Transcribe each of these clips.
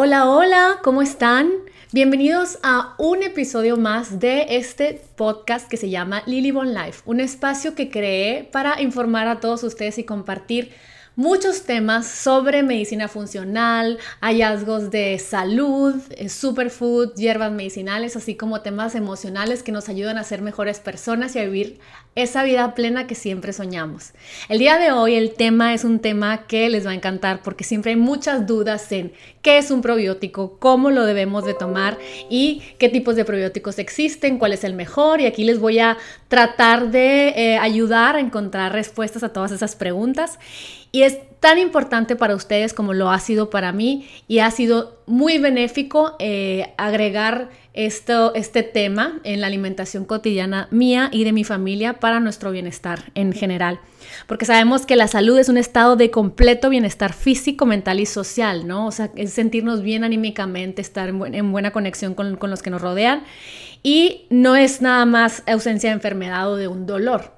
Hola, hola, ¿cómo están? Bienvenidos a un episodio más de este podcast que se llama Lily Bon Life, un espacio que creé para informar a todos ustedes y compartir muchos temas sobre medicina funcional, hallazgos de salud, superfood, hierbas medicinales, así como temas emocionales que nos ayudan a ser mejores personas y a vivir esa vida plena que siempre soñamos. El día de hoy el tema es un tema que les va a encantar porque siempre hay muchas dudas en qué es un probiótico, cómo lo debemos de tomar y qué tipos de probióticos existen, cuál es el mejor, y aquí les voy a tratar de ayudar a encontrar respuestas a todas esas preguntas. Y es tan importante para ustedes como lo ha sido para mí, y ha sido muy benéfico agregar este tema en la alimentación cotidiana mía y de mi familia para nuestro bienestar en general. Porque sabemos que la salud es un estado de completo bienestar físico, mental y social, ¿no? O sea, es sentirnos bien anímicamente, estar en buena conexión con los que nos rodean, y no es nada más ausencia de enfermedad o de un dolor.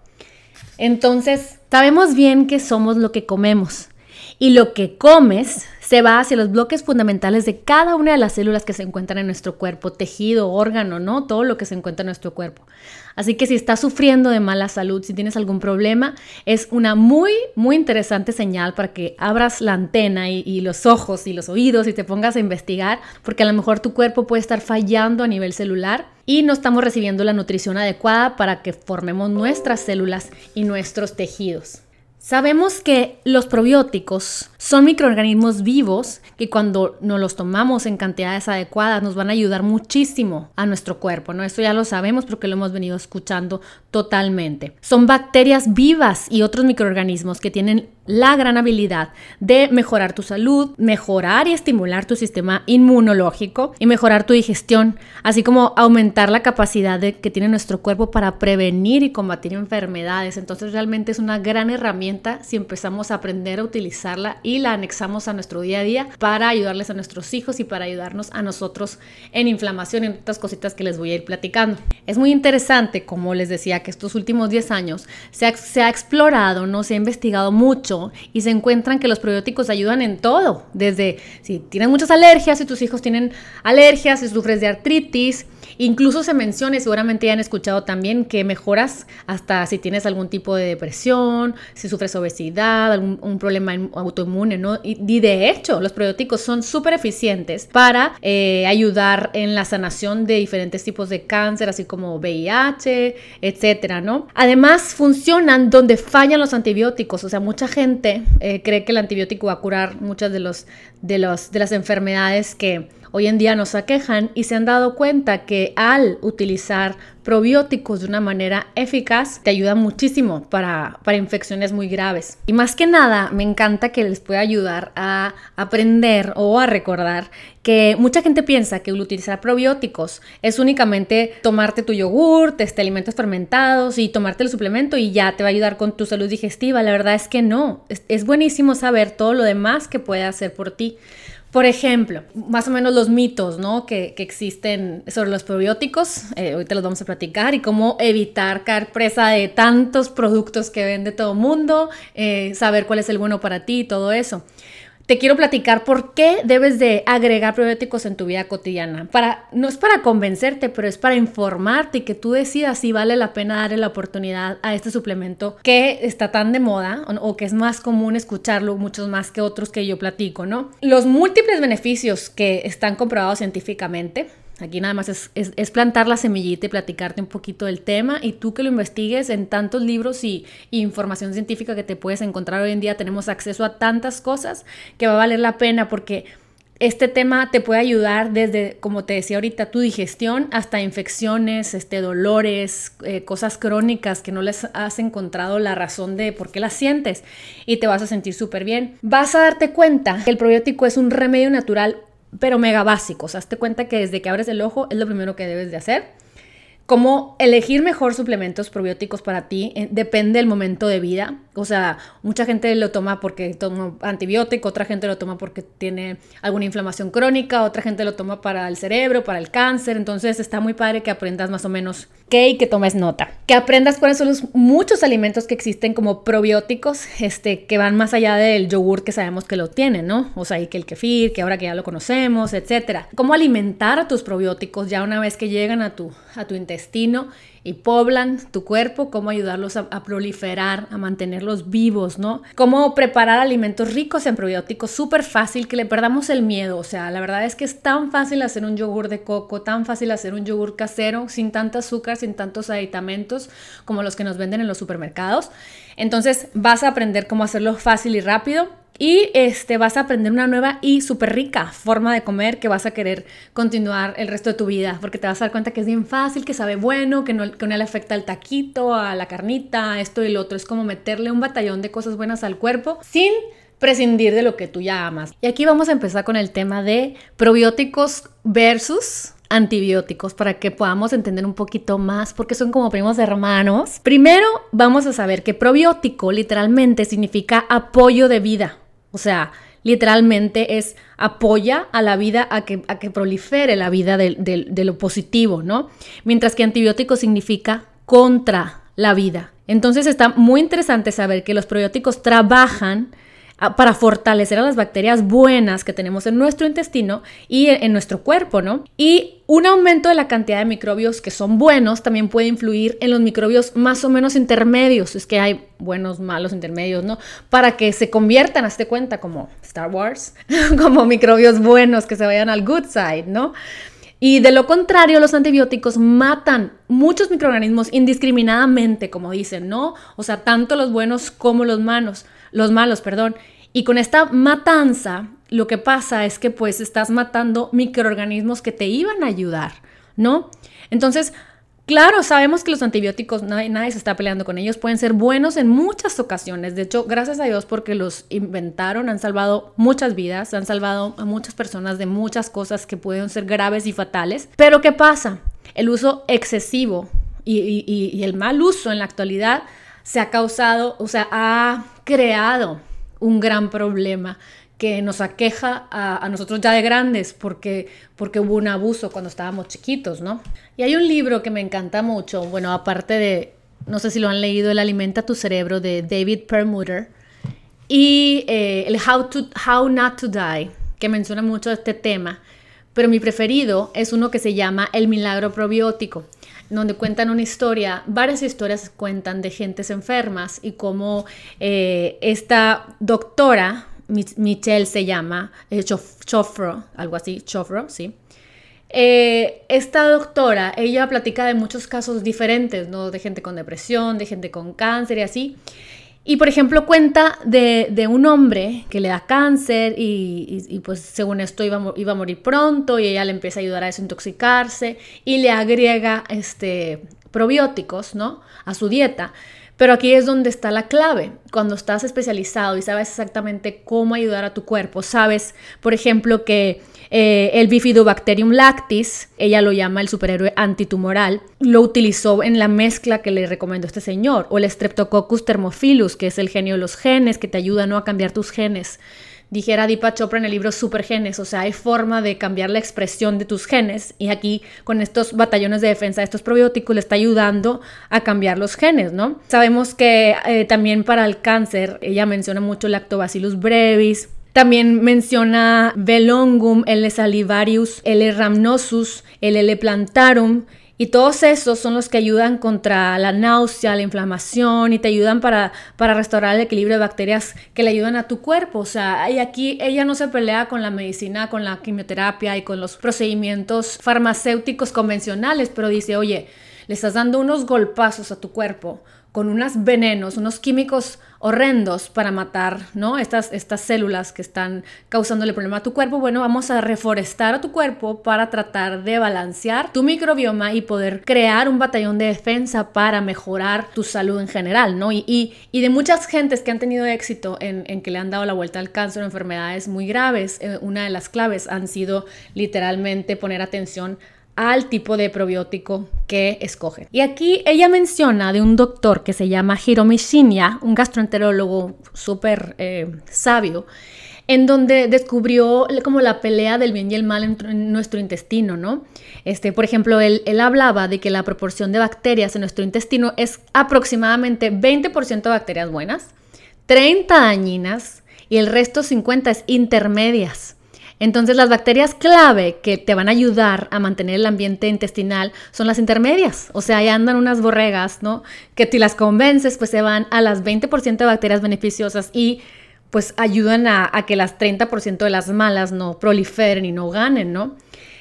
Entonces, sabemos bien que somos lo que comemos, y lo que comes se va hacia los bloques fundamentales de cada una de las células que se encuentran en nuestro cuerpo, tejido, órgano, ¿no? Todo lo que se encuentra en nuestro cuerpo. Así que si estás sufriendo de mala salud, si tienes algún problema, es una muy, muy interesante señal para que abras la antena y los ojos y los oídos y te pongas a investigar, porque a lo mejor tu cuerpo puede estar fallando a nivel celular y no estamos recibiendo la nutrición adecuada para que formemos nuestras células y nuestros tejidos. Sabemos que los probióticos son microorganismos vivos que cuando nos los tomamos en cantidades adecuadas nos van a ayudar muchísimo a nuestro cuerpo, ¿no? Esto ya lo sabemos porque lo hemos venido escuchando totalmente. Son bacterias vivas y otros microorganismos que tienen la gran habilidad de mejorar tu salud, mejorar y estimular tu sistema inmunológico y mejorar tu digestión, así como aumentar la capacidad que tiene nuestro cuerpo para prevenir y combatir enfermedades. Entonces realmente es una gran herramienta si empezamos a aprender a utilizarla y la anexamos a nuestro día a día para ayudarles a nuestros hijos y para ayudarnos a nosotros en inflamación y en otras cositas que les voy a ir platicando. Es muy interesante, como les decía, que estos últimos 10 años se ha explorado, ¿no? Se ha investigado mucho y se encuentran que los probióticos ayudan en todo, desde si tienes muchas alergias, si tus hijos tienen alergias, si sufres de artritis. Incluso se menciona, y seguramente ya han escuchado también, que mejoras hasta si tienes algún tipo de depresión, si sufres obesidad, algún problema autoinmune, ¿no? Y de hecho, los probióticos son súper eficientes para ayudar en la sanación de diferentes tipos de cáncer, así como VIH, etcétera, ¿no? Además, funcionan donde fallan los antibióticos. O sea, mucha gente cree que el antibiótico va a curar muchas de las enfermedades que hoy en día nos aquejan, y se han dado cuenta que al utilizar probióticos de una manera eficaz te ayuda muchísimo para infecciones muy graves. Y más que nada me encanta que les pueda ayudar a aprender o a recordar que mucha gente piensa que el utilizar probióticos es únicamente tomarte tu yogur, alimentos fermentados y tomarte el suplemento y ya te va a ayudar con tu salud digestiva. La verdad es que no, es buenísimo saber todo lo demás que puede hacer por ti. Por ejemplo, más o menos los mitos, ¿no? que existen sobre los probióticos, ahorita los vamos a platicar, y cómo evitar caer presa de tantos productos que vende todo el mundo, saber cuál es el bueno para ti y todo eso. Te quiero platicar por qué debes de agregar probióticos en tu vida cotidiana. No es para convencerte, pero es para informarte y que tú decidas si vale la pena darle la oportunidad a este suplemento que está tan de moda o que es más común escucharlo, muchos más que otros que yo platico, ¿no? Los múltiples beneficios que están comprobados científicamente. Aquí nada más es plantar la semillita y platicarte un poquito del tema, y tú que lo investigues en tantos libros y información científica que te puedes encontrar hoy en día. Tenemos acceso a tantas cosas que va a valer la pena, porque este tema te puede ayudar desde, como te decía ahorita, tu digestión hasta infecciones, dolores, cosas crónicas que no les has encontrado la razón de por qué las sientes, y te vas a sentir súper bien. Vas a darte cuenta que el probiótico es un remedio natural pero mega básico. O sea, hazte cuenta que desde que abres el ojo es lo primero que debes de hacer. Cómo elegir mejor suplementos probióticos para ti depende del momento de vida. O sea, mucha gente lo toma porque toma antibiótico, otra gente lo toma porque tiene alguna inflamación crónica, otra gente lo toma para el cerebro, para el cáncer. Entonces está muy padre que aprendas más o menos qué y que tomes nota. Que aprendas cuáles son los muchos alimentos que existen como probióticos, que van más allá del yogur que sabemos que lo tiene, ¿no? O sea, y que el kefir, que ahora que ya lo conocemos, etcétera. Cómo alimentar a tus probióticos ya una vez que llegan a tu intestino y poblan tu cuerpo, cómo ayudarlos a proliferar, a mantenerlos vivos, ¿no? Cómo preparar alimentos ricos en probióticos, súper fácil, que le perdamos el miedo. O sea, la verdad es que es tan fácil hacer un yogur de coco, tan fácil hacer un yogur casero, sin tanta azúcar, sin tantos aditamentos como los que nos venden en los supermercados. Entonces vas a aprender cómo hacerlo fácil y rápido. Y vas a aprender una nueva y súper rica forma de comer que vas a querer continuar el resto de tu vida, porque te vas a dar cuenta que es bien fácil, que sabe bueno, que no le afecta al taquito, a la carnita, a esto y lo otro. Es como meterle un batallón de cosas buenas al cuerpo sin prescindir de lo que tú ya amas. Y aquí vamos a empezar con el tema de probióticos versus antibióticos para que podamos entender un poquito más porque son como primos hermanos. Primero vamos a saber que probiótico literalmente significa apoyo de vida. O sea, literalmente es apoya a la vida a que prolifere la vida de lo positivo, ¿no? Mientras que antibiótico significa contra la vida. Entonces está muy interesante saber que los probióticos trabajan para fortalecer a las bacterias buenas que tenemos en nuestro intestino y en nuestro cuerpo, ¿no? Y un aumento de la cantidad de microbios que son buenos también puede influir en los microbios más o menos intermedios. Es que hay buenos, malos, intermedios, ¿no? Para que se conviertan, hazte cuenta, como Star Wars, como microbios buenos que se vayan al good side, ¿no? Y de lo contrario, los antibióticos matan muchos microorganismos indiscriminadamente, como dicen, ¿no? O sea, tanto los buenos como los malos. Y con esta matanza, lo que pasa es que pues estás matando microorganismos que te iban a ayudar, ¿no? Entonces, claro, sabemos que los antibióticos, nadie se está peleando con ellos, pueden ser buenos en muchas ocasiones. De hecho, gracias a Dios porque los inventaron, han salvado muchas vidas, han salvado a muchas personas de muchas cosas que pueden ser graves y fatales. Pero ¿qué pasa? El uso excesivo y el mal uso en la actualidad se ha causado, o sea, ha creado un gran problema que nos aqueja a nosotros ya de grandes porque hubo un abuso cuando estábamos chiquitos, ¿no? Y hay un libro que me encanta mucho, bueno, aparte de, no sé si lo han leído, El alimenta tu cerebro, de David Perlmutter, y el How Not to Die, que menciona mucho este tema, pero mi preferido es uno que se llama El milagro probiótico, donde cuentan una historia, varias historias cuentan de gentes enfermas y cómo esta doctora, Michelle se llama, Chofro, algo así, Chofro, sí. Esta doctora, ella platica de muchos casos diferentes, ¿no? De gente con depresión, de gente con cáncer y así. Y por ejemplo cuenta de un hombre que le da cáncer y pues según esto iba a morir pronto y ella le empieza a ayudar a desintoxicarse y le agrega probióticos, ¿no? A su dieta. Pero aquí es donde está la clave. Cuando estás especializado y sabes exactamente cómo ayudar a tu cuerpo, sabes, por ejemplo, que el Bifidobacterium lactis, ella lo llama el superhéroe antitumoral, lo utilizó en la mezcla que le recomendó este señor, o el Streptococcus thermophilus, que es el genio de los genes, que te ayuda, ¿no?, a cambiar tus genes. Dijera Deepak Chopra en el libro Supergenes, o sea, hay forma de cambiar la expresión de tus genes y aquí con estos batallones de defensa, estos probióticos, le está ayudando a cambiar los genes, ¿no? Sabemos que también para el cáncer, ella menciona mucho Lactobacillus brevis, también menciona Velongum, L. salivarius, L. rhamnosus, L. plantarum, y todos esos son los que ayudan contra la náusea, la inflamación y te ayudan para restaurar el equilibrio de bacterias que le ayudan a tu cuerpo. O sea, y aquí ella no se pelea con la medicina, con la quimioterapia y con los procedimientos farmacéuticos convencionales, pero dice, oye, le estás dando unos golpazos a tu cuerpo con unos venenos, unos químicos horrendos para matar, ¿no? Estas células que están causándole problema a tu cuerpo. Bueno, vamos a reforestar a tu cuerpo para tratar de balancear tu microbioma y poder crear un batallón de defensa para mejorar tu salud en general, ¿no? Y de muchas gentes que han tenido éxito en que le han dado la vuelta al cáncer o enfermedades muy graves, una de las claves han sido literalmente poner atención al tipo de probiótico que escogen. Y aquí ella menciona de un doctor que se llama Hiromi Shinya, un gastroenterólogo súper sabio, en donde descubrió como la pelea del bien y el mal en nuestro intestino, ¿no? Por ejemplo, él hablaba de que la proporción de bacterias en nuestro intestino es aproximadamente 20% bacterias buenas, 30 dañinas y el resto 50 es intermedias. Entonces las bacterias clave que te van a ayudar a mantener el ambiente intestinal son las intermedias. O sea, ahí andan unas borregas, ¿no? Que si las convences, pues se van a las 20% de bacterias beneficiosas y pues ayudan a que las 30% de las malas no proliferen y no ganen, ¿no?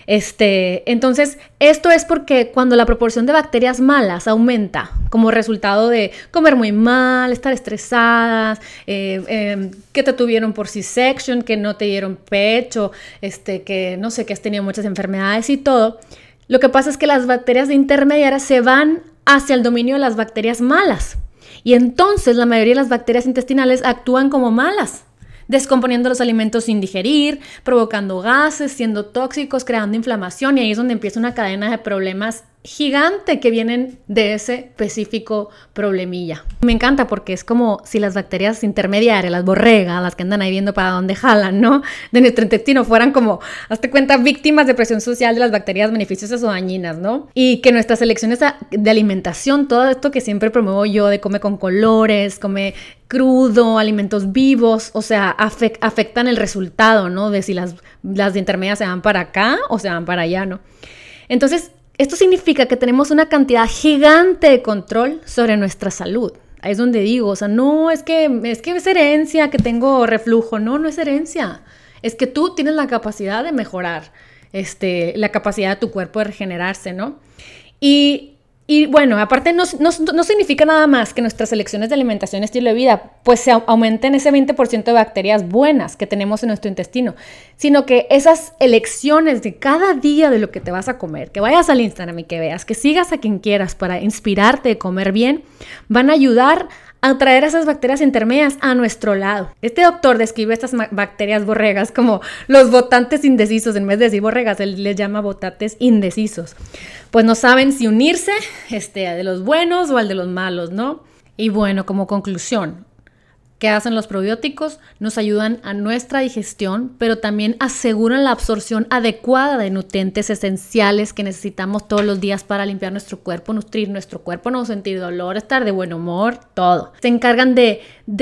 Entonces, esto es porque cuando la proporción de bacterias malas aumenta como resultado de comer muy mal, estar estresadas, que te tuvieron por C-section, que no te dieron pecho, que no sé, que has tenido muchas enfermedades y todo, lo que pasa es que las bacterias intermediarias se van hacia el dominio de las bacterias malas. Y entonces la mayoría de las bacterias intestinales actúan como malas, descomponiendo los alimentos sin digerir, provocando gases, siendo tóxicos, creando inflamación, y ahí es donde empieza una cadena de problemas gigante que vienen de ese específico problemilla. Me encanta porque es como si las bacterias intermediarias, las borregas, las que andan ahí viendo para dónde jalan, ¿no? De nuestro intestino fueran como, hazte cuenta, víctimas de presión social de las bacterias beneficiosas o dañinas, ¿no? Y que nuestras elecciones de alimentación, todo esto que siempre promuevo yo de come con colores, come crudo, alimentos vivos, o sea, afectan el resultado, ¿no? De si las intermedias se van para acá o se van para allá, ¿no? Entonces, esto significa que tenemos una cantidad gigante de control sobre nuestra salud. Ahí es donde digo, o sea, no, es que es herencia, que tengo reflujo. No es herencia. Es que tú tienes la capacidad de mejorar, la capacidad de tu cuerpo de regenerarse, ¿no? Y bueno, aparte no significa nada más que nuestras elecciones de alimentación y estilo de vida pues se aumenten ese 20% de bacterias buenas que tenemos en nuestro intestino, sino que esas elecciones de cada día de lo que te vas a comer, que vayas al Instagram y que veas, que sigas a quien quieras para inspirarte de comer bien, van a ayudar a traer esas bacterias intermedias a nuestro lado. Este doctor describe estas bacterias borregas como los votantes indecisos. En vez de decir borregas, él les llama votantes indecisos. Pues no saben si unirse de los buenos o al de los malos, ¿no? Y bueno, como conclusión, ¿qué hacen los probióticos? Nos ayudan a nuestra digestión, pero también aseguran la absorción adecuada de nutrientes esenciales que necesitamos todos los días para limpiar nuestro cuerpo, nutrir nuestro cuerpo, no sentir dolor, estar de buen humor, todo. Se encargan de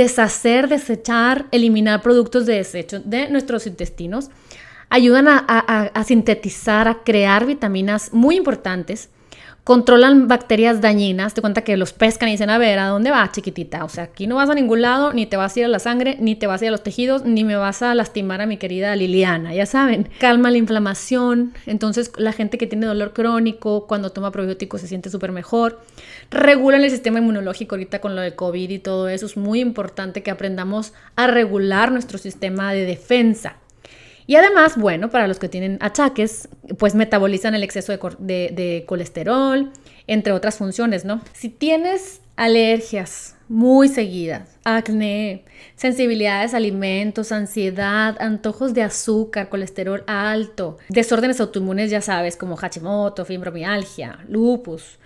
desechar, eliminar productos de desecho de nuestros intestinos. Ayudan a sintetizar, a crear vitaminas muy importantes. Controlan bacterias dañinas, te cuenta que los pescan y dicen, a ver, ¿a dónde vas, chiquitita? O sea, aquí no vas a ningún lado, ni te vas a ir a la sangre, ni te vas a ir a los tejidos, ni me vas a lastimar a mi querida Liliana, ya saben. Calma la inflamación, entonces la gente que tiene dolor crónico, cuando toma probióticos se siente súper mejor. Regulan el sistema inmunológico ahorita con lo de COVID y todo eso, es muy importante que aprendamos a regular nuestro sistema de defensa. Y además, bueno, para los que tienen achaques, pues metabolizan el exceso de colesterol, entre otras funciones, ¿no? Si tienes alergias muy seguidas, acné, sensibilidades a alimentos, ansiedad, antojos de azúcar, colesterol alto, desórdenes autoinmunes, ya sabes, como Hashimoto, fibromialgia, lupus,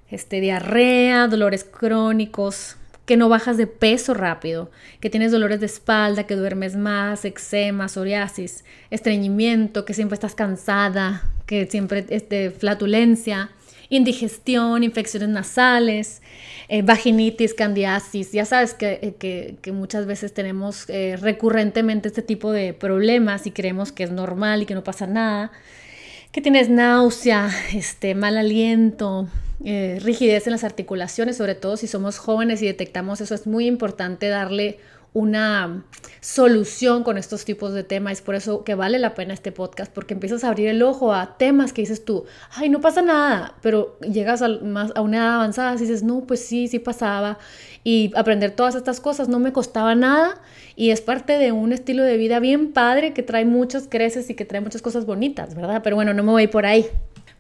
diarrea, dolores crónicos, que no bajas de peso rápido, que tienes dolores de espalda, que duermes más, eczema, psoriasis, estreñimiento, que siempre estás cansada, que siempre flatulencia, indigestión, infecciones nasales, vaginitis, candidiasis. Ya sabes que muchas veces tenemos recurrentemente este tipo de problemas y creemos que es normal y que no pasa nada, que tienes náusea, mal aliento, rigidez en las articulaciones, sobre todo si somos jóvenes y detectamos eso. Es muy importante darle una solución con estos tipos de temas. Es por eso que vale la pena este podcast, porque empiezas a abrir el ojo a temas que dices tú, ay, no pasa nada, pero llegas a una edad avanzada y dices, no, pues sí pasaba, y aprender todas estas cosas no me costaba nada, y es parte de un estilo de vida bien padre que trae muchas creces y que trae muchas cosas bonitas, ¿verdad? Pero bueno, no me voy por ahí.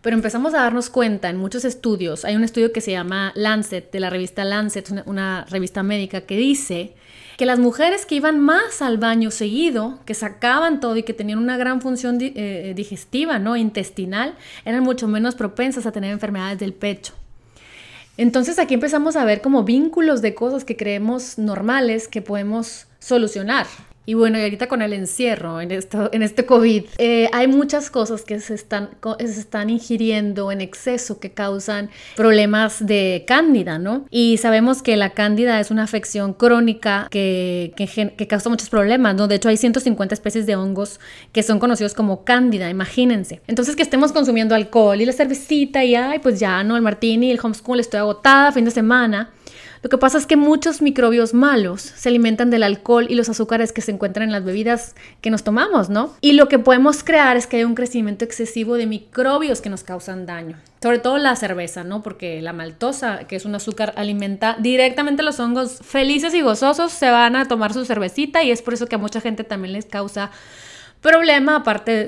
Pero empezamos a darnos cuenta en muchos estudios, hay un estudio que se llama Lancet, de la revista Lancet, una revista médica, que dice que las mujeres que iban más al baño seguido, que sacaban todo y que tenían una gran función digestiva, ¿no? Intestinal, eran mucho menos propensas a tener enfermedades del pecho. Entonces aquí empezamos a ver como vínculos de cosas que creemos normales que podemos solucionar. Y bueno, y ahorita con el encierro, en este COVID, hay muchas cosas que se están ingiriendo en exceso que causan problemas de cándida, ¿no? Y sabemos que la cándida es una afección crónica que causa muchos problemas, ¿no? De hecho, hay 150 especies de hongos que son conocidos como cándida, imagínense. Entonces, que estemos consumiendo alcohol y la cervecita y, pues ya, ¿no? El martini, el homeschool, estoy agotada, fin de semana. Lo que pasa es que muchos microbios malos se alimentan del alcohol y los azúcares que se encuentran en las bebidas que nos tomamos, ¿no? Y lo que podemos crear es que hay un crecimiento excesivo de microbios que nos causan daño. Sobre todo la cerveza, ¿no? Porque la maltosa, que es un azúcar, alimenta directamente los hongos felices y gozosos, se van a tomar su cervecita y es por eso que a mucha gente también les causa problema, aparte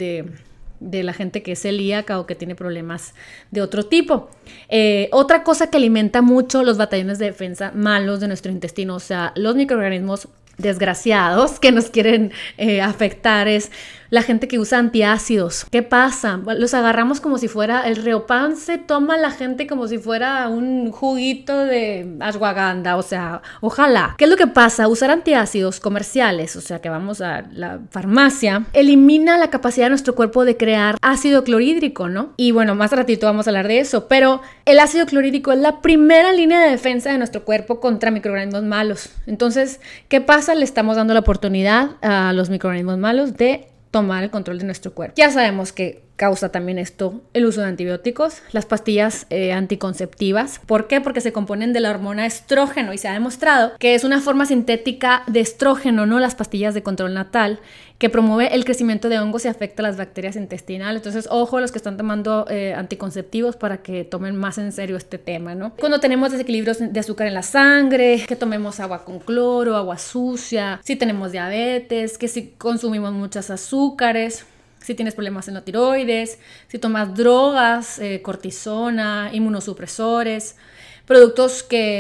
de la gente que es celíaca o que tiene problemas de otro tipo. Otra cosa que alimenta mucho los batallones de defensa malos de nuestro intestino, o sea, los microorganismos desgraciados que nos quieren afectar, es la gente que usa antiácidos. ¿Qué pasa? Los agarramos como si fuera el Riopan, se toma la gente como si fuera un juguito de ashwagandha, o sea, ojalá. ¿Qué es lo que pasa? Usar antiácidos comerciales, o sea, que vamos a la farmacia, elimina la capacidad de nuestro cuerpo de crear ácido clorhídrico, ¿no? Y bueno, más ratito vamos a hablar de eso, pero el ácido clorhídrico es la primera línea de defensa de nuestro cuerpo contra microorganismos malos. Entonces, ¿qué pasa? Le estamos dando la oportunidad a los microorganismos malos de tomar el control de nuestro cuerpo. Ya sabemos que causa también esto el uso de antibióticos, las pastillas anticonceptivas. ¿Por qué? Porque se componen de la hormona estrógeno y se ha demostrado que es una forma sintética de estrógeno, ¿no? Las pastillas de control natal, que promueve el crecimiento de hongos y afecta a las bacterias intestinales. Entonces, ojo los que están tomando anticonceptivos para que tomen más en serio este tema, ¿no? Cuando tenemos desequilibrios de azúcar en la sangre, que tomemos agua con cloro, agua sucia, si tenemos diabetes, que si consumimos muchos azúcares, si tienes problemas en la tiroides, si tomas drogas, cortisona, inmunosupresores, productos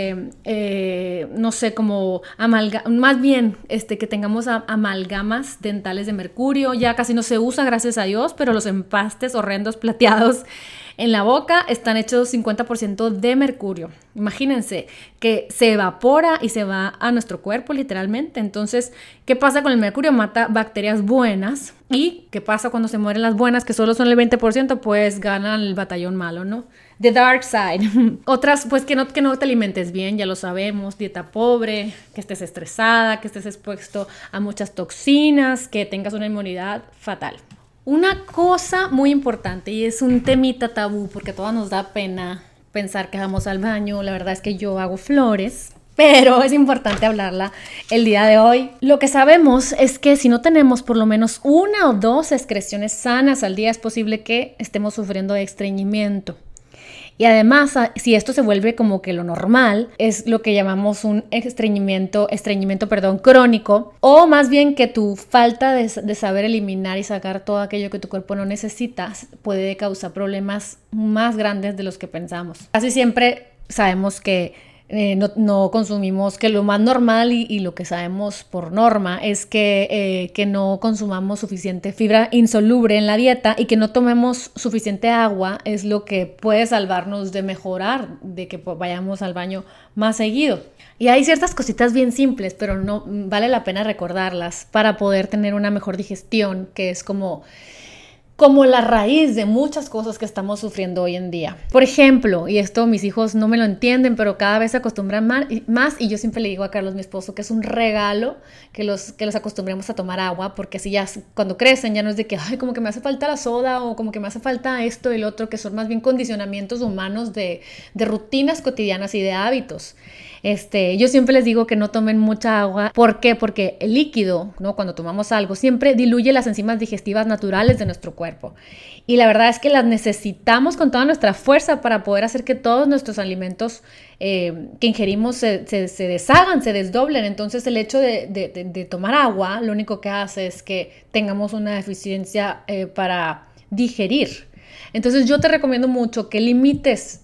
que, no sé, como más bien que tengamos amalgamas dentales de mercurio, ya casi no se usa, gracias a Dios, pero los empastes horrendos plateados en la boca están hechos 50% de mercurio. Imagínense que se evapora y se va a nuestro cuerpo literalmente. Entonces, ¿qué pasa con el mercurio? Mata bacterias buenas. ¿Y qué pasa cuando se mueren las buenas, que solo son el 20%? Pues ganan el batallón malo, ¿no? The dark side. Otras, pues que no te alimentes bien, ya lo sabemos. Dieta pobre, que estés estresada, que estés expuesto a muchas toxinas, que tengas una inmunidad fatal. Una cosa muy importante, y es un temita tabú porque a todas nos da pena pensar que vamos al baño. La verdad es que yo hago flores, pero es importante hablarla el día de hoy. Lo que sabemos es que si no tenemos por lo menos 1 o 2 excreciones sanas al día, es posible que estemos sufriendo de estreñimiento. Y además, si esto se vuelve como que lo normal, es lo que llamamos un estreñimiento crónico, o más bien que tu falta de saber eliminar y sacar todo aquello que tu cuerpo no necesita puede causar problemas más grandes de los que pensamos. Casi siempre sabemos que no consumimos, que lo más normal y lo que sabemos por norma es que no consumamos suficiente fibra insoluble en la dieta y que no tomemos suficiente agua es lo que puede salvarnos de mejorar, de que vayamos al baño más seguido. Y hay ciertas cositas bien simples, pero no vale la pena recordarlas para poder tener una mejor digestión, que es como la raíz de muchas cosas que estamos sufriendo hoy en día. Por ejemplo, y esto mis hijos no me lo entienden, pero cada vez se acostumbran más, y yo siempre le digo a Carlos, mi esposo, que es un regalo que los acostumbremos a tomar agua, porque así ya cuando crecen ya no es de que, ay, como que me hace falta la soda, o como que me hace falta esto y lo otro, que son más bien condicionamientos humanos de rutinas cotidianas y de hábitos. Yo siempre les digo que no tomen mucha agua. ¿Por qué? Porque el líquido, ¿no? Cuando tomamos algo, siempre diluye las enzimas digestivas naturales de nuestro cuerpo. Y la verdad es que las necesitamos con toda nuestra fuerza para poder hacer que todos nuestros alimentos que ingerimos se deshagan, se desdoblen. Entonces, el hecho de tomar agua, lo único que hace es que tengamos una deficiencia para digerir. Entonces yo te recomiendo mucho que limites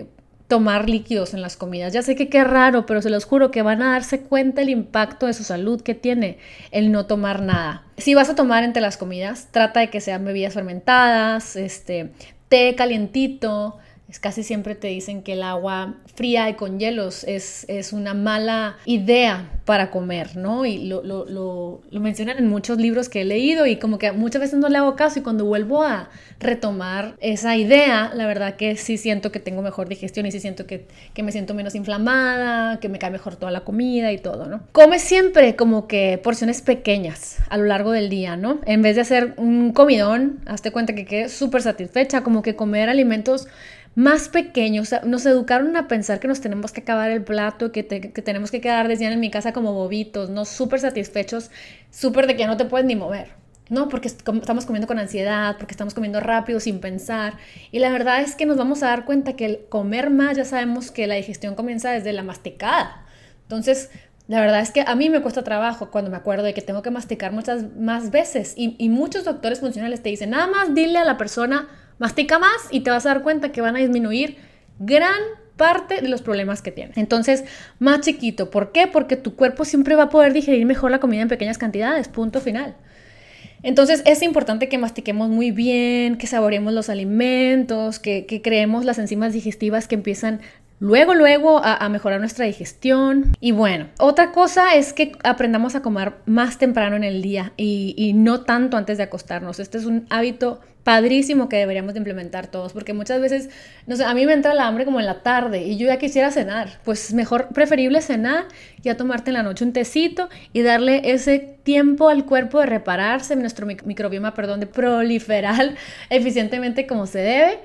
tomar líquidos en las comidas. Ya sé que qué raro, pero se los juro que van a darse cuenta el impacto de su salud que tiene el no tomar nada. Si vas a tomar entre las comidas, trata de que sean bebidas fermentadas, té calientito. Casi siempre te dicen que el agua fría y con hielos es una mala idea para comer, ¿no? Y lo mencionan en muchos libros que he leído y como que muchas veces no le hago caso y cuando vuelvo a retomar esa idea, la verdad que sí siento que tengo mejor digestión y sí siento que me siento menos inflamada, que me cae mejor toda la comida y todo, ¿no? Come siempre como que porciones pequeñas a lo largo del día, ¿no? En vez de hacer un comidón, hazte cuenta que quedes súper satisfecha, como que comer alimentos más pequeños. Nos educaron a pensar que nos tenemos que acabar el plato, que tenemos que quedar, decían en mi casa, como bobitos, ¿no? Súper satisfechos, súper de que ya no te puedes ni mover, ¿no? Porque estamos comiendo con ansiedad, porque estamos comiendo rápido, sin pensar. Y la verdad es que nos vamos a dar cuenta que el comer más, ya sabemos que la digestión comienza desde la masticada. Entonces, la verdad es que a mí me cuesta trabajo cuando me acuerdo de que tengo que masticar muchas más veces. Y muchos doctores funcionales te dicen, nada más dile a la persona, mastica más y te vas a dar cuenta que van a disminuir gran parte de los problemas que tienes. Entonces, más chiquito. ¿Por qué? Porque tu cuerpo siempre va a poder digerir mejor la comida en pequeñas cantidades. Punto final. Entonces, es importante que mastiquemos muy bien, que saboreemos los alimentos, que creemos las enzimas digestivas que empiezan luego a mejorar nuestra digestión. Y bueno, otra cosa es que aprendamos a comer más temprano en el día y no tanto antes de acostarnos. Este es un hábito padrísimo que deberíamos de implementar todos, porque muchas veces, no sé, a mí me entra la hambre como en la tarde y yo ya quisiera cenar. Pues mejor, preferible cenar, ya tomarte en la noche un tecito y darle ese tiempo al cuerpo de repararse, nuestro microbioma, de proliferar eficientemente como se debe.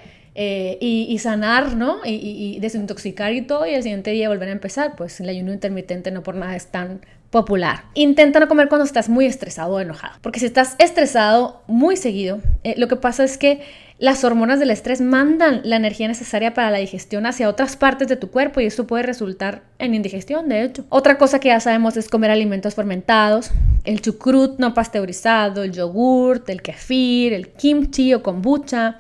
Y sanar, ¿no? Y desintoxicar y todo, y el siguiente día volver a empezar. Pues el ayuno intermitente no por nada es tan popular. Intenta no comer cuando estás muy estresado o enojado, porque si estás estresado muy seguido, lo que pasa es que las hormonas del estrés mandan la energía necesaria para la digestión hacia otras partes de tu cuerpo y eso puede resultar en indigestión, de hecho. Otra cosa que ya sabemos es comer alimentos fermentados, el chucrut no pasteurizado, el yogurt, el kefir, el kimchi o kombucha.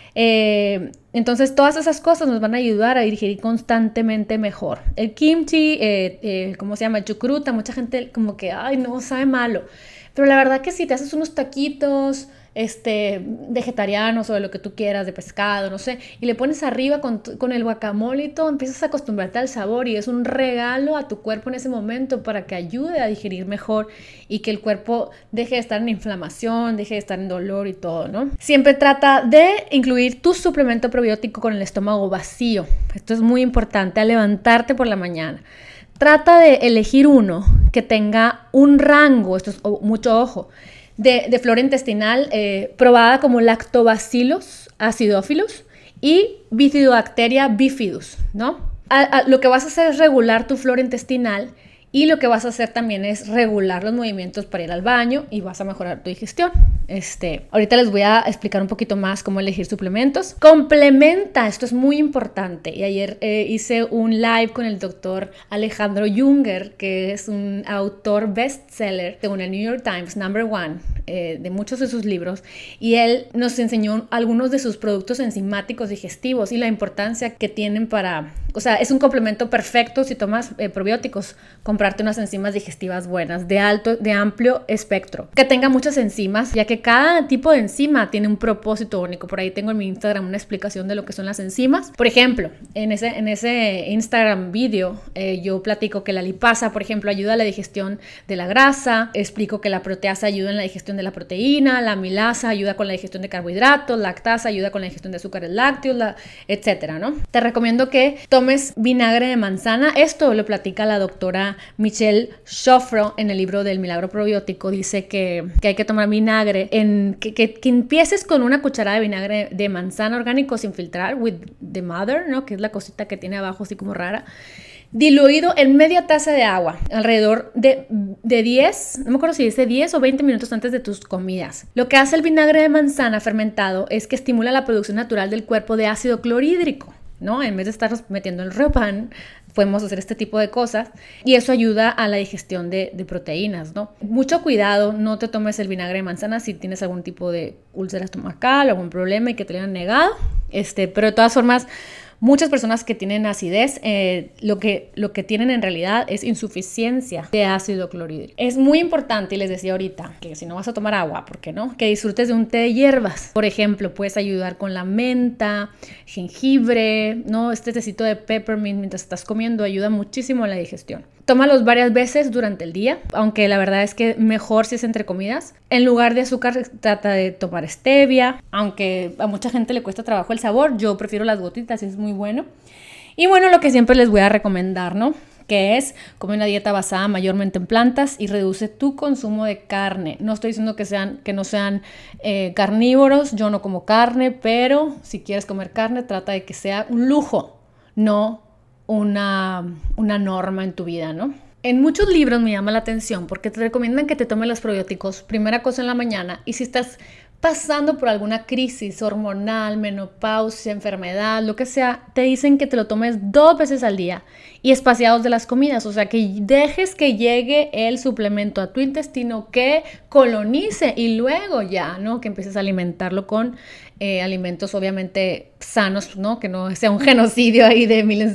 Entonces todas esas cosas nos van a ayudar a digerir constantemente mejor. El kimchi, ¿cómo se llama? El chucrut, a mucha gente como que, ay, no, sabe malo. Pero la verdad que si te haces unos taquitos vegetarianos o de lo que tú quieras, de pescado, no sé, y le pones arriba con el guacamole y todo, empiezas a acostumbrarte al sabor y es un regalo a tu cuerpo en ese momento para que ayude a digerir mejor y que el cuerpo deje de estar en inflamación, deje de estar en dolor y todo, ¿no? Siempre trata de incluir tu suplemento probiótico con el estómago vacío. Esto es muy importante al levantarte por la mañana. Trata de elegir uno que tenga un rango, esto es mucho ojo, de flora intestinal probada como Lactobacillus acidophilus y Bifidobacteria bifidus, ¿no? Lo que vas a hacer es regular tu flora intestinal y lo que vas a hacer también es regular los movimientos para ir al baño y vas a mejorar tu digestión. Ahorita les voy a explicar un poquito más cómo elegir suplementos. Complementa, esto es muy importante. Y ayer hice un live con el doctor Alejandro Junger, que es un autor bestseller según el New York Times, #1 de muchos de sus libros. Y él nos enseñó algunos de sus productos enzimáticos digestivos y la importancia que tienen para... O sea, es un complemento perfecto si tomas probióticos, comprarte unas enzimas digestivas buenas, de amplio espectro, que tenga muchas enzimas, ya que cada tipo de enzima tiene un propósito único. Por ahí tengo en mi Instagram una explicación de lo que son las enzimas. Por ejemplo, en ese Instagram video, yo platico que la lipasa, por ejemplo, ayuda a la digestión de la grasa, explico que la proteasa ayuda en la digestión de la proteína, la amilasa ayuda con la digestión de carbohidratos, lactasa ayuda con la digestión de azúcares lácteos, etcétera, ¿no? Te recomiendo que tomes vinagre de manzana. Esto lo platica la doctora Michelle Shofro en el libro del Milagro Probiótico. Dice que hay que tomar vinagre, que empieces con una cucharada de vinagre de manzana orgánico sin filtrar, with the mother, ¿no? Que es la cosita que tiene abajo así como rara, diluido en media taza de agua, alrededor de 10, no me acuerdo si dice 10 o 20 minutos antes de tus comidas. Lo que hace el vinagre de manzana fermentado es que estimula la producción natural del cuerpo de ácido clorhídrico, ¿no? En vez de estar metiendo el Ropan podemos hacer este tipo de cosas y eso ayuda a la digestión de proteínas, ¿no? Mucho cuidado, no te tomes el vinagre de manzana si tienes algún tipo de úlcera estomacal o algún problema y que te lo hayan negado, pero de todas formas, muchas personas que tienen acidez, lo que tienen en realidad es insuficiencia de ácido clorhídrico. Es muy importante, y les decía ahorita, que si no vas a tomar agua, ¿por qué no? Que disfrutes de un té de hierbas. Por ejemplo, puedes ayudar con la menta, jengibre, ¿no? Este tecito de peppermint mientras estás comiendo ayuda muchísimo a la digestión. Tómalos varias veces durante el día, aunque la verdad es que mejor si es entre comidas. En lugar de azúcar, trata de tomar stevia, aunque a mucha gente le cuesta trabajo el sabor. Yo prefiero las gotitas, es muy bueno. Y bueno, lo que siempre les voy a recomendar, ¿no? Que es comer una dieta basada mayormente en plantas y reduce tu consumo de carne. No estoy diciendo que no sean carnívoros, yo no como carne, pero si quieres comer carne, trata de que sea un lujo, no una norma en tu vida, ¿no? En muchos libros me llama la atención porque te recomiendan que te tomes los probióticos primera cosa en la mañana y si estás pasando por alguna crisis hormonal, menopausia, enfermedad, lo que sea, te dicen que te lo tomes 2 veces al día y espaciados de las comidas, o sea, que dejes que llegue el suplemento a tu intestino, que colonice y luego ya, ¿no? Que empieces a alimentarlo con alimentos obviamente sanos, ¿no? Que no sea un genocidio ahí de miles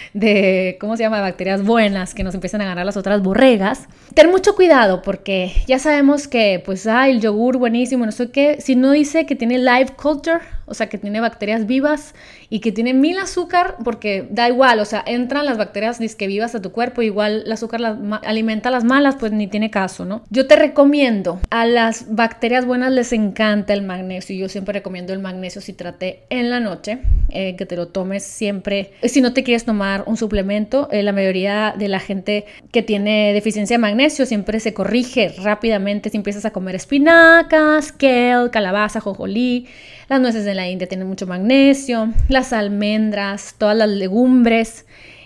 de ¿cómo se llama? Bacterias buenas que nos empiezan a ganar las otras borregas. Ten mucho cuidado porque ya sabemos que, pues, el yogur buenísimo, no sé qué, si no dice que tiene live culture, o sea, que tiene bacterias vivas y que tiene 1000 azúcar, porque da igual, o sea, entran las bacterias disque vivas a tu cuerpo, igual el azúcar alimenta a las malas, pues ni tiene caso, ¿no? Yo te recomiendo, a las bacterias buenas les encanta el magnesio, yo siempre recomiendo el magnesio citrate en la noche, que te lo tomes siempre. Si no te quieres tomar un suplemento, la mayoría de la gente que tiene deficiencia de magnesio siempre se corrige rápidamente si empiezas a comer espinacas, kale, calabaza, jonjolí. Las nueces de la India tienen mucho magnesio, las almendras, todas las legumbres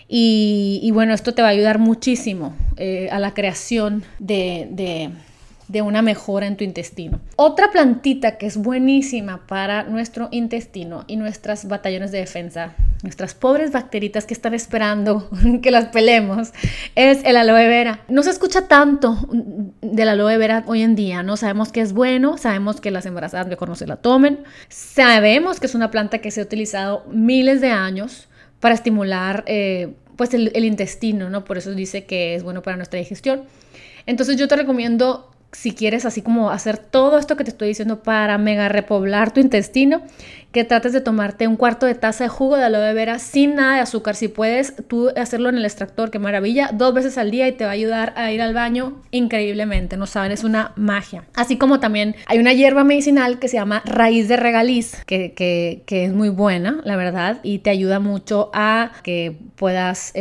y bueno, esto te va a ayudar muchísimo a la creación de una mejora en tu intestino. Otra plantita que es buenísima para nuestro intestino y nuestras batallones de defensa, nuestras pobres bacteritas que están esperando que las pelemos, es el aloe vera. No se escucha tanto del aloe vera hoy en día, ¿no? Sabemos que es bueno, sabemos que las embarazadas mejor no se la tomen, sabemos que es una planta que se ha utilizado miles de años para estimular pues el intestino, ¿no? Por eso dice que es bueno para nuestra digestión. Entonces yo te recomiendo, si quieres así como hacer todo esto que te estoy diciendo para mega repoblar tu intestino, que trates de tomarte 1/4 de taza de jugo de aloe vera sin nada de azúcar. Si puedes tú hacerlo en el extractor, qué maravilla, 2 veces al día y te va a ayudar a ir al baño increíblemente, no saben, es una magia. Así como también hay una hierba medicinal que se llama raíz de regaliz, que es muy buena, la verdad, y te ayuda mucho a que puedas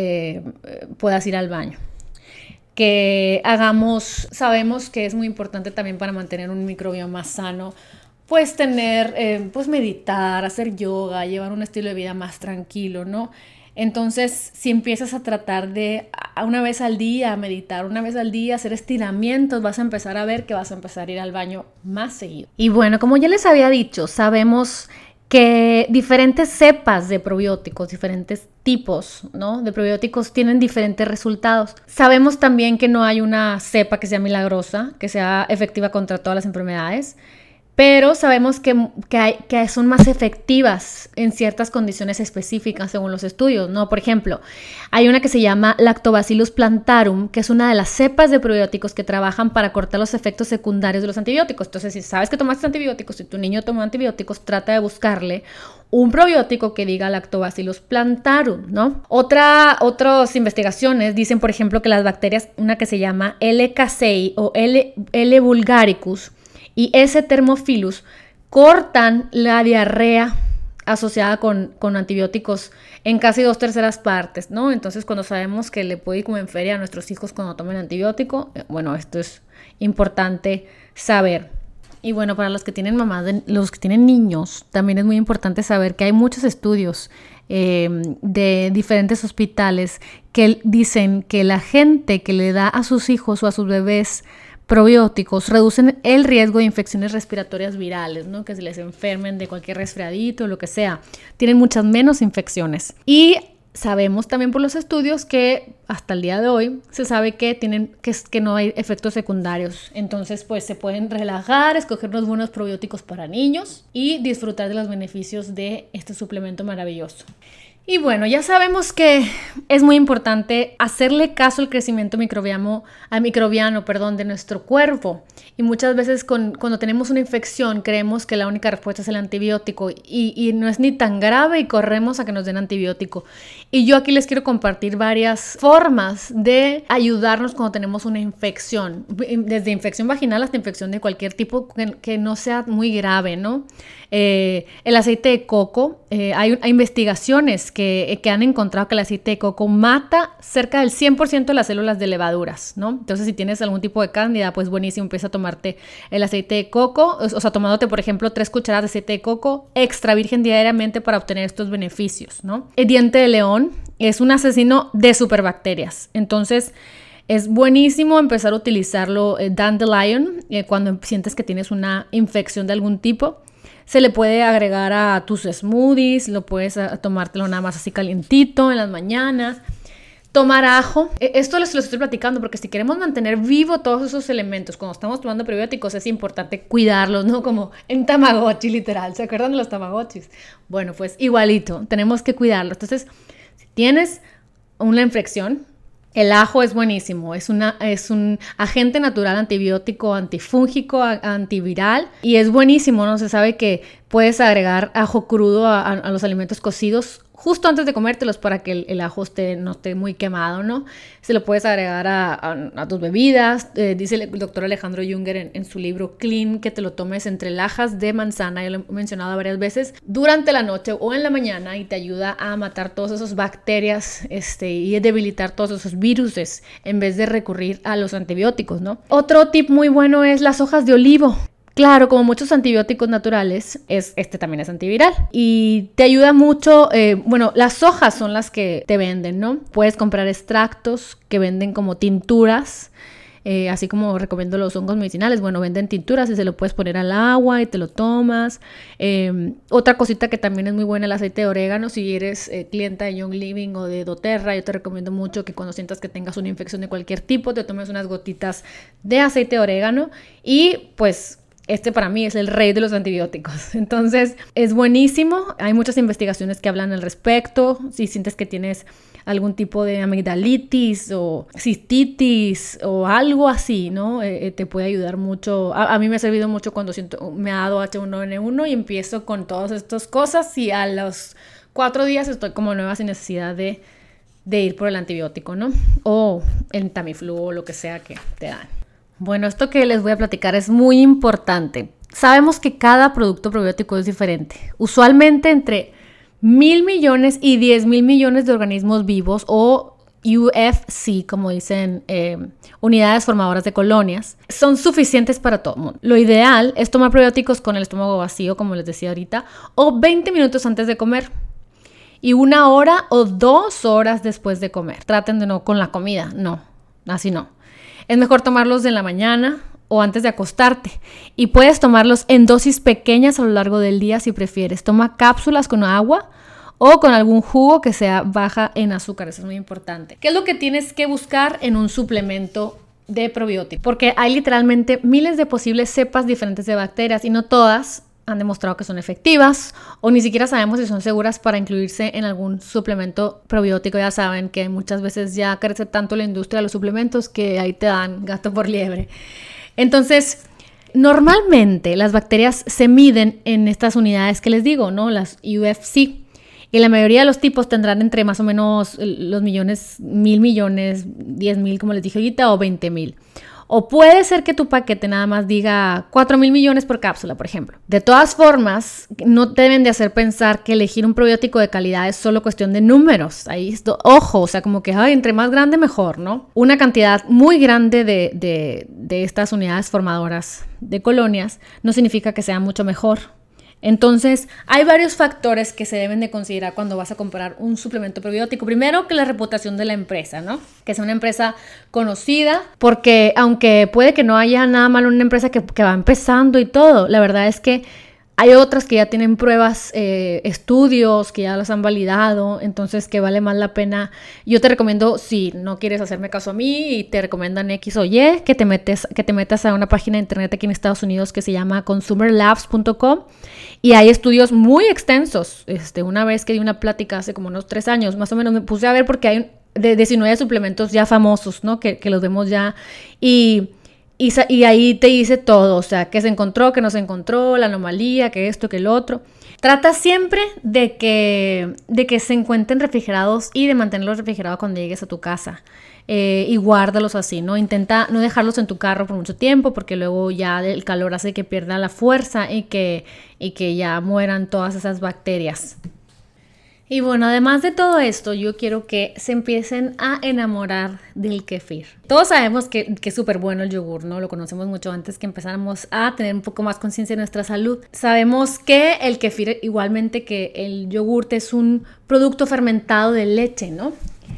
ir al baño. Que sabemos que es muy importante también para mantener un microbioma sano, pues pues meditar, hacer yoga, llevar un estilo de vida más tranquilo, ¿no? Entonces, si empiezas a tratar de una vez al día meditar, una vez al día hacer estiramientos, vas a empezar a ver que vas a empezar a ir al baño más seguido. Y bueno, como ya les había dicho, sabemos que diferentes cepas de probióticos, diferentes tipos, ¿no?, de probióticos tienen diferentes resultados. Sabemos también que no hay una cepa que sea milagrosa, que sea efectiva contra todas las enfermedades, pero sabemos que son más efectivas en ciertas condiciones específicas según los estudios, ¿no? Por ejemplo, hay una que se llama Lactobacillus plantarum, que es una de las cepas de probióticos que trabajan para cortar los efectos secundarios de los antibióticos. Entonces, si sabes que tomaste antibióticos, si tu niño tomó antibióticos, trata de buscarle un probiótico que diga Lactobacillus plantarum, ¿no? Otras investigaciones dicen, por ejemplo, que las bacterias, una que se llama L. casei o L. vulgaricus, y S. thermophilus cortan la diarrea asociada con antibióticos en casi 2/3 partes, ¿no? Entonces, cuando sabemos que le puede ir como en feria a nuestros hijos cuando tomen antibiótico, bueno, esto es importante saber. Y bueno, para los que tienen los que tienen niños, también es muy importante saber que hay muchos estudios de diferentes hospitales que dicen que la gente que le da a sus hijos o a sus bebés probióticos reducen el riesgo de infecciones respiratorias virales, ¿no? Que se les enfermen de cualquier resfriadito o lo que sea. Tienen muchas menos infecciones. Y sabemos también por los estudios que hasta el día de hoy se sabe que no hay efectos secundarios. Entonces, pues se pueden relajar, escoger unos buenos probióticos para niños y disfrutar de los beneficios de este suplemento maravilloso. Y bueno, ya sabemos que es muy importante hacerle caso al crecimiento microbiano de nuestro cuerpo. Y muchas veces cuando tenemos una infección creemos que la única respuesta es el antibiótico y no es ni tan grave y corremos a que nos den antibiótico. Y yo aquí les quiero compartir varias formas de ayudarnos cuando tenemos una infección, desde infección vaginal hasta infección de cualquier tipo que no sea muy grave, ¿no? El aceite de coco, hay investigaciones que han encontrado que el aceite de coco mata cerca del 100% de las células de levaduras, ¿no? Entonces, si tienes algún tipo de cándida, pues buenísimo, empieza a tomarte el aceite de coco, o sea, tomándote, por ejemplo, 3 cucharadas de aceite de coco extra virgen diariamente para obtener estos beneficios, ¿no? El diente de león es un asesino de superbacterias, entonces es buenísimo empezar a utilizarlo, dandelion, cuando sientes que tienes una infección de algún tipo. Se le puede agregar a tus smoothies, lo puedes tomártelo nada más así calientito en las mañanas. Tomar ajo. Esto les lo estoy platicando porque si queremos mantener vivo todos esos elementos cuando estamos tomando prebióticos es importante cuidarlos, ¿no? Como en Tamagotchi, literal. ¿Se acuerdan de los Tamagotchis? Bueno, pues igualito, tenemos que cuidarlos. Entonces, si tienes una infección, el ajo es buenísimo, es un agente natural antibiótico, antifúngico, antiviral y es buenísimo, ¿no? Se sabe que puedes agregar ajo crudo a los alimentos cocidos justo antes de comértelos para que el ajo no esté muy quemado, ¿no? Se lo puedes agregar a tus bebidas. Dice el doctor Alejandro Junger en su libro Clean que te lo tomes entre lajas de manzana, yo lo he mencionado varias veces, durante la noche o en la mañana y te ayuda a matar todas esas bacterias y a debilitar todos esos viruses en vez de recurrir a los antibióticos, ¿no? Otro tip muy bueno es las hojas de olivo. Claro, como muchos antibióticos naturales, este también es antiviral y te ayuda mucho. Las hojas son las que te venden, ¿no? Puedes comprar extractos que venden como tinturas, así como recomiendo los hongos medicinales. Bueno, venden tinturas y se lo puedes poner al agua y te lo tomas. Otra cosita que también es muy buena, el aceite de orégano. Si eres clienta de Young Living o de doTERRA, yo te recomiendo mucho que cuando sientas que tengas una infección de cualquier tipo, te tomes unas gotitas de aceite de orégano y pues este para mí es el rey de los antibióticos. Entonces, es buenísimo. Hay muchas investigaciones que hablan al respecto. Si sientes que tienes algún tipo de amigdalitis o cistitis o algo así, ¿no? Te puede ayudar mucho. A mí me ha servido mucho cuando me ha dado H1N1 y empiezo con todas estas cosas y a los 4 días estoy como nueva sin necesidad de ir por el antibiótico, ¿no? O el Tamiflu o lo que sea que te dan. Bueno, esto que les voy a platicar es muy importante. Sabemos que cada producto probiótico es diferente. Usualmente entre 1,000 millones y 10,000 millones de organismos vivos o UFC, como dicen, unidades formadoras de colonias, son suficientes para todo el mundo. Lo ideal es tomar probióticos con el estómago vacío, como les decía ahorita, o 20 minutos antes de comer y 1 hora o 2 horas después de comer. Traten de no con la comida, no, así no. Es mejor tomarlos en la mañana o antes de acostarte y puedes tomarlos en dosis pequeñas a lo largo del día si prefieres. Toma cápsulas con agua o con algún jugo que sea baja en azúcar, eso es muy importante. ¿Qué es lo que tienes que buscar en un suplemento de probiótico? Porque hay literalmente miles de posibles cepas diferentes de bacterias y no todas han demostrado que son efectivas o ni siquiera sabemos si son seguras para incluirse en algún suplemento probiótico. Ya saben que muchas veces ya crece tanto la industria de los suplementos que ahí te dan gato por liebre. Entonces, normalmente las bacterias se miden en estas unidades que les digo, ¿no? Las UFC. Y la mayoría de los tipos tendrán entre más o menos los millones, 1,000 millones, 10,000, como les dije ahorita, o 20,000. O puede ser que tu paquete nada más diga 4,000 millones por cápsula, por ejemplo. De todas formas, no te deben de hacer pensar que elegir un probiótico de calidad es solo cuestión de números. Ahí, ojo, o sea, como que entre más grande mejor, ¿no? Una cantidad muy grande de estas unidades formadoras de colonias no significa que sea mucho mejor. Entonces, hay varios factores que se deben de considerar cuando vas a comprar un suplemento probiótico. Primero, que la reputación de la empresa, ¿no? Que sea una empresa conocida, porque aunque puede que no haya nada malo en una empresa que va empezando y todo, la verdad es que Hay otras que ya tienen pruebas, estudios, que ya las han validado, entonces que vale más la pena. Yo te recomiendo, si no quieres hacerme caso a mí y te recomiendan X o Y, que te metas a una página de internet aquí en Estados Unidos que se llama consumerlabs.com y hay estudios muy extensos. Una vez que di una plática hace como unos 3 años, más o menos, me puse a ver porque hay de 19 suplementos ya famosos, ¿no? Que los vemos ya y ahí te dice todo, o sea, qué se encontró, qué no se encontró, la anomalía, que esto, que el otro. Trata siempre de que se encuentren refrigerados y de mantenerlos refrigerados cuando llegues a tu casa. Y guárdalos así, ¿no? Intenta no dejarlos en tu carro por mucho tiempo porque luego ya el calor hace que pierda la fuerza y que ya mueran todas esas bacterias. Y bueno, además de todo esto, yo quiero que se empiecen a enamorar del kéfir. Todos sabemos que es súper bueno el yogur, ¿no? Lo conocemos mucho antes que empezáramos a tener un poco más conciencia de nuestra salud. Sabemos que el kéfir, igualmente que el yogurt, es un producto fermentado de leche, ¿no?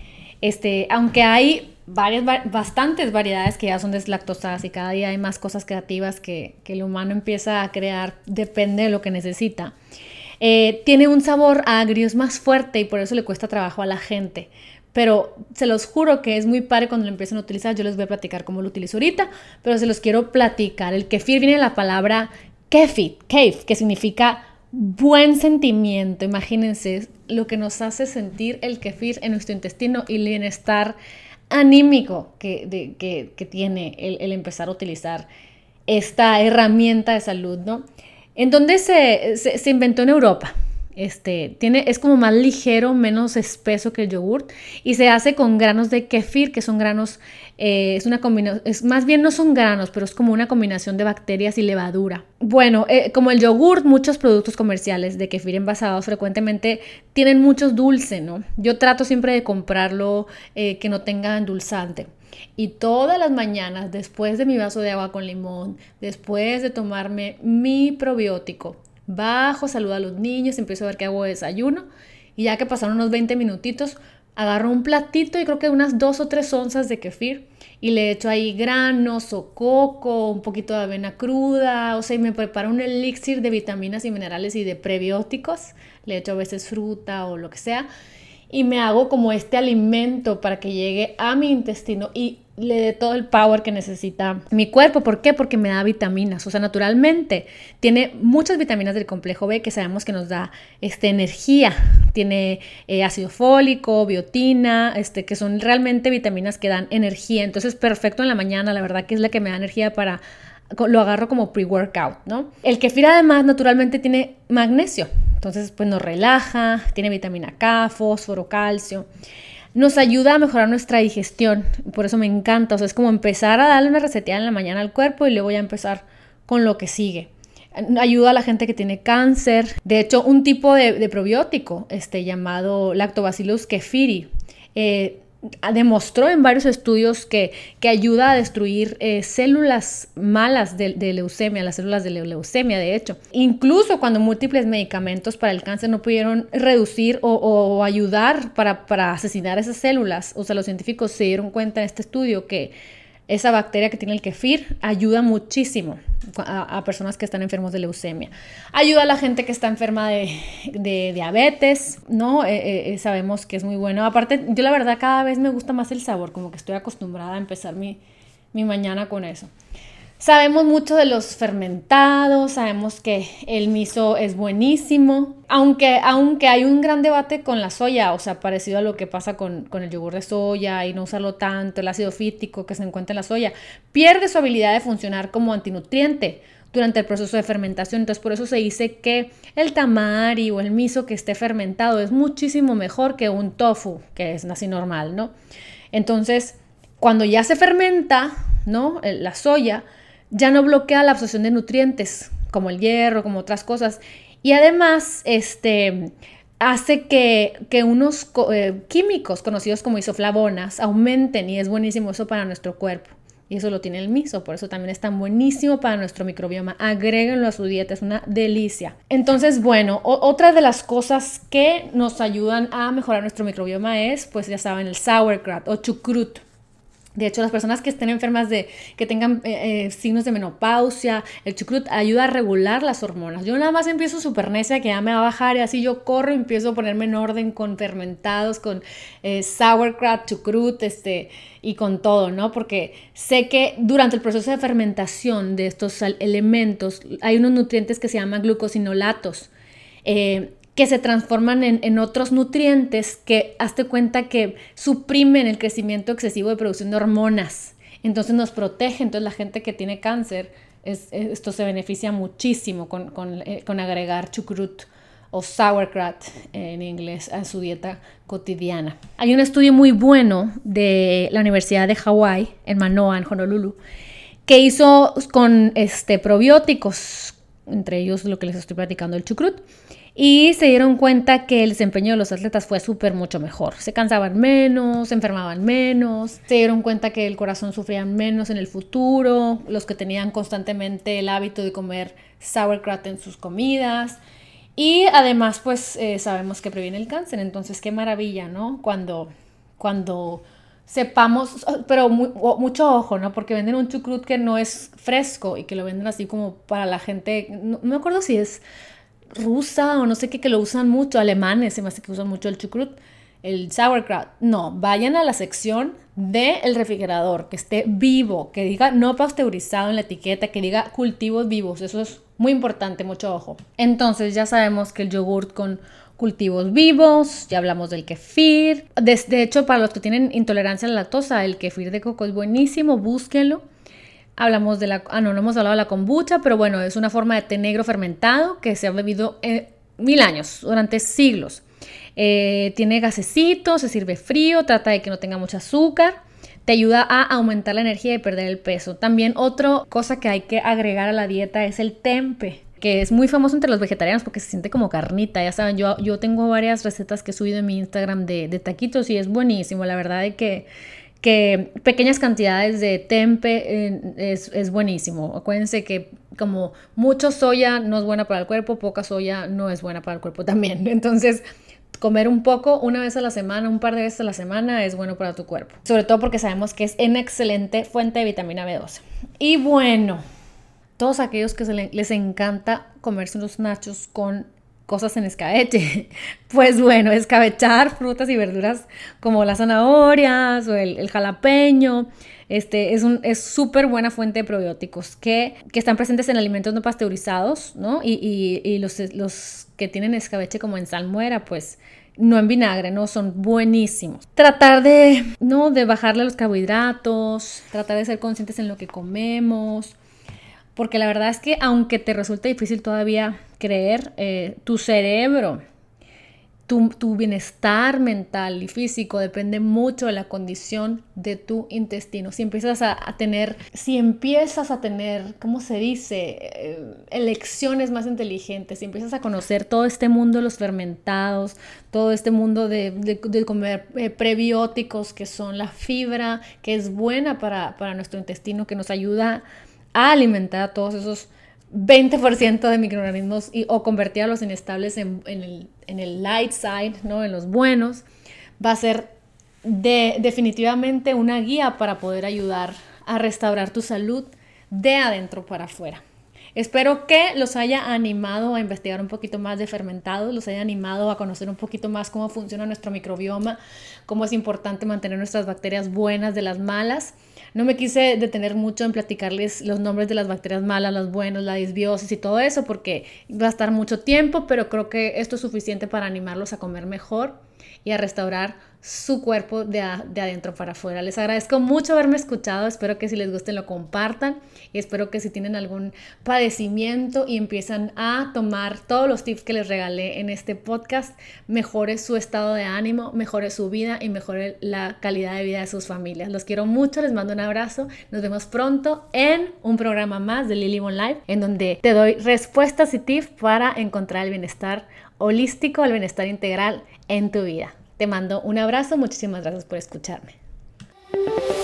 Aunque hay bastantes variedades que ya son deslactosadas y cada día hay más cosas creativas que el humano empieza a crear, depende de lo que necesita. Tiene un sabor agrio, es más fuerte y por eso le cuesta trabajo a la gente. Pero se los juro que es muy padre cuando lo empiezan a utilizar. Yo les voy a platicar cómo lo utilizo ahorita, pero se los quiero platicar. El kéfir viene de la palabra kefir, que significa buen sentimiento. Imagínense lo que nos hace sentir el kéfir en nuestro intestino y el bienestar anímico que tiene el empezar a utilizar esta herramienta de salud, ¿no? ¿En dónde se inventó? En Europa. Es como más ligero, menos espeso que el yogurt y se hace con granos de kéfir, que son granos, es una combinación, más bien no son granos, pero es como una combinación de bacterias y levadura. Bueno, como el yogurt, muchos productos comerciales de kéfir envasados frecuentemente tienen muchos dulce, ¿no? Yo trato siempre de comprarlo que no tenga endulzante. Y todas las mañanas, después de mi vaso de agua con limón, después de tomarme mi probiótico, bajo, saludo a los niños, empiezo a ver que hago desayuno y ya que pasaron unos 20 minutitos, agarro un platito y creo que unas 2 o 3 onzas de kéfir y le echo ahí granos o coco, un poquito de avena cruda, o sea, y me preparo un elixir de vitaminas y minerales y de prebióticos, le echo a veces fruta o lo que sea. Y me hago como este alimento para que llegue a mi intestino y le dé todo el power que necesita mi cuerpo. ¿Por qué? Porque me da vitaminas. O sea, naturalmente tiene muchas vitaminas del complejo B que sabemos que nos da energía. Tiene ácido fólico, biotina, que son realmente vitaminas que dan energía. Entonces, perfecto en la mañana. La verdad que es la que me da energía lo agarro como pre-workout, ¿no? El kéfir además naturalmente tiene magnesio. Entonces, pues nos relaja, tiene vitamina K, fósforo, calcio. Nos ayuda a mejorar nuestra digestión. Por eso me encanta. O sea, es como empezar a darle una reseteada en la mañana al cuerpo y luego ya empezar con lo que sigue. Ayuda a la gente que tiene cáncer. De hecho, un tipo de probiótico llamado Lactobacillus kefiri demostró en varios estudios que ayuda a destruir células malas de leucemia, las células de leucemia, de hecho. Incluso cuando múltiples medicamentos para el cáncer no pudieron reducir o ayudar para asesinar esas células, o sea, los científicos se dieron cuenta en este estudio que esa bacteria que tiene el kéfir ayuda muchísimo a personas que están enfermos de leucemia. Ayuda a la gente que está enferma de diabetes, ¿no? Sabemos que es muy bueno. Aparte, yo la verdad cada vez me gusta más el sabor, como que estoy acostumbrada a empezar mi mañana con eso. Sabemos mucho de los fermentados, sabemos que el miso es buenísimo, aunque hay un gran debate con la soya, o sea, parecido a lo que pasa con el yogur de soya y no usarlo tanto, el ácido fítico que se encuentra en la soya, pierde su habilidad de funcionar como antinutriente durante el proceso de fermentación. Entonces, por eso se dice que el tamari o el miso que esté fermentado es muchísimo mejor que un tofu, que es así normal, ¿no? Entonces, cuando ya se fermenta, ¿no? La soya ya no bloquea la absorción de nutrientes, como el hierro, como otras cosas. Y además, hace que unos químicos conocidos como isoflavonas aumenten y es buenísimo eso para nuestro cuerpo. Y eso lo tiene el miso, por eso también es tan buenísimo para nuestro microbioma. Agréguenlo a su dieta, es una delicia. Entonces, bueno, otra de las cosas que nos ayudan a mejorar nuestro microbioma es, pues ya saben, el sauerkraut o chucrut. De hecho, las personas que estén enfermas que tengan signos de menopausia, el chucrut ayuda a regular las hormonas. Yo nada más empiezo súper necia que ya me va a bajar y así yo corro y empiezo a ponerme en orden con fermentados, con sauerkraut, chucrut, y con todo, ¿no? Porque sé que durante el proceso de fermentación de estos elementos hay unos nutrientes que se llaman glucosinolatos, que se transforman en otros nutrientes que, hazte cuenta que suprimen el crecimiento excesivo de producción de hormonas. Entonces nos protege. Entonces la gente que tiene cáncer, esto se beneficia muchísimo con agregar chucrut o sauerkraut en inglés a su dieta cotidiana. Hay un estudio muy bueno de la Universidad de Hawái, en Manoa, en Honolulu, que hizo con probióticos, entre ellos lo que les estoy platicando, el chucrut, y se dieron cuenta que el desempeño de los atletas fue mucho mejor. Se cansaban menos, se enfermaban menos, se dieron cuenta que el corazón sufría menos en el futuro, los que tenían constantemente el hábito de comer sauerkraut en sus comidas. Y además, pues sabemos que previene el cáncer. Entonces, qué maravilla, ¿no? Cuando sepamos, pero mucho ojo, ¿no? Porque venden un chucrut que no es fresco y que lo venden así como para la gente, no me acuerdo si es rusa o no sé qué, que lo usan mucho, alemanes, se me hace que usan mucho el chucrut, el sauerkraut. No, vayan a la sección del refrigerador, que esté vivo, que diga no pasteurizado en la etiqueta, que diga cultivos vivos. Eso es muy importante, mucho ojo. Entonces ya sabemos que el yogurt con cultivos vivos, ya hablamos del kefir. De hecho, para los que tienen intolerancia a la lactosa, el kefir de coco es buenísimo, búsquenlo. Hablamos de no hemos hablado de la kombucha, pero bueno, es una forma de té negro fermentado que se ha bebido 1000 años, durante siglos. Tiene gasecito, se sirve frío, trata de que no tenga mucho azúcar, te ayuda a aumentar la energía y perder el peso. También otra cosa que hay que agregar a la dieta es el tempe, que es muy famoso entre los vegetarianos porque se siente como carnita. Ya saben, yo tengo varias recetas que he subido en mi Instagram de taquitos y es buenísimo, la verdad de que pequeñas cantidades de tempe es buenísimo. Acuérdense que como mucho soya no es buena para el cuerpo, poca soya no es buena para el cuerpo también. Entonces, comer un poco una vez a la semana, un par de veces a la semana es bueno para tu cuerpo. Sobre todo porque sabemos que es una excelente fuente de vitamina B12. Y bueno, todos aquellos que les encanta comerse unos nachos con cosas en escabeche, pues bueno, escabechar frutas y verduras como las zanahorias o el jalapeño, es súper buena fuente de probióticos que están presentes en alimentos no pasteurizados, ¿no? Y los que tienen escabeche como en salmuera, pues no en vinagre, ¿no? Son buenísimos. Tratar de bajarle los carbohidratos, tratar de ser conscientes en lo que comemos, porque la verdad es que aunque te resulte difícil todavía creer, tu cerebro, tu bienestar mental y físico depende mucho de la condición de tu intestino. Si empiezas a tener, ¿cómo se dice? Elecciones más inteligentes, si empiezas a conocer todo este mundo de los fermentados, todo este mundo de comer prebióticos, que son la fibra, que es buena para nuestro intestino, que nos ayuda a alimentar a todos esos 20% de microorganismos o convertir a los inestables en el light side, ¿no? En los buenos, va a ser definitivamente una guía para poder ayudar a restaurar tu salud de adentro para afuera. Espero que los haya animado a investigar un poquito más de fermentados, los haya animado a conocer un poquito más cómo funciona nuestro microbioma, cómo es importante mantener nuestras bacterias buenas de las malas. No me quise detener mucho en platicarles los nombres de las bacterias malas, las buenas, la disbiosis y todo eso, porque va a estar mucho tiempo, pero creo que esto es suficiente para animarlos a comer mejor y a restaurar su cuerpo de adentro para afuera. Les agradezco mucho haberme escuchado, espero que si les guste lo compartan y espero que si tienen algún padecimiento y empiezan a tomar todos los tips que les regalé en este podcast, mejore su estado de ánimo, mejore su vida y mejore la calidad de vida de sus familias. Los quiero mucho, les mando un abrazo, nos vemos pronto en un programa más de Lily Bon Life, en donde te doy respuestas y tips para encontrar el bienestar holístico, el bienestar integral en tu vida. Te mando un abrazo, muchísimas gracias por escucharme.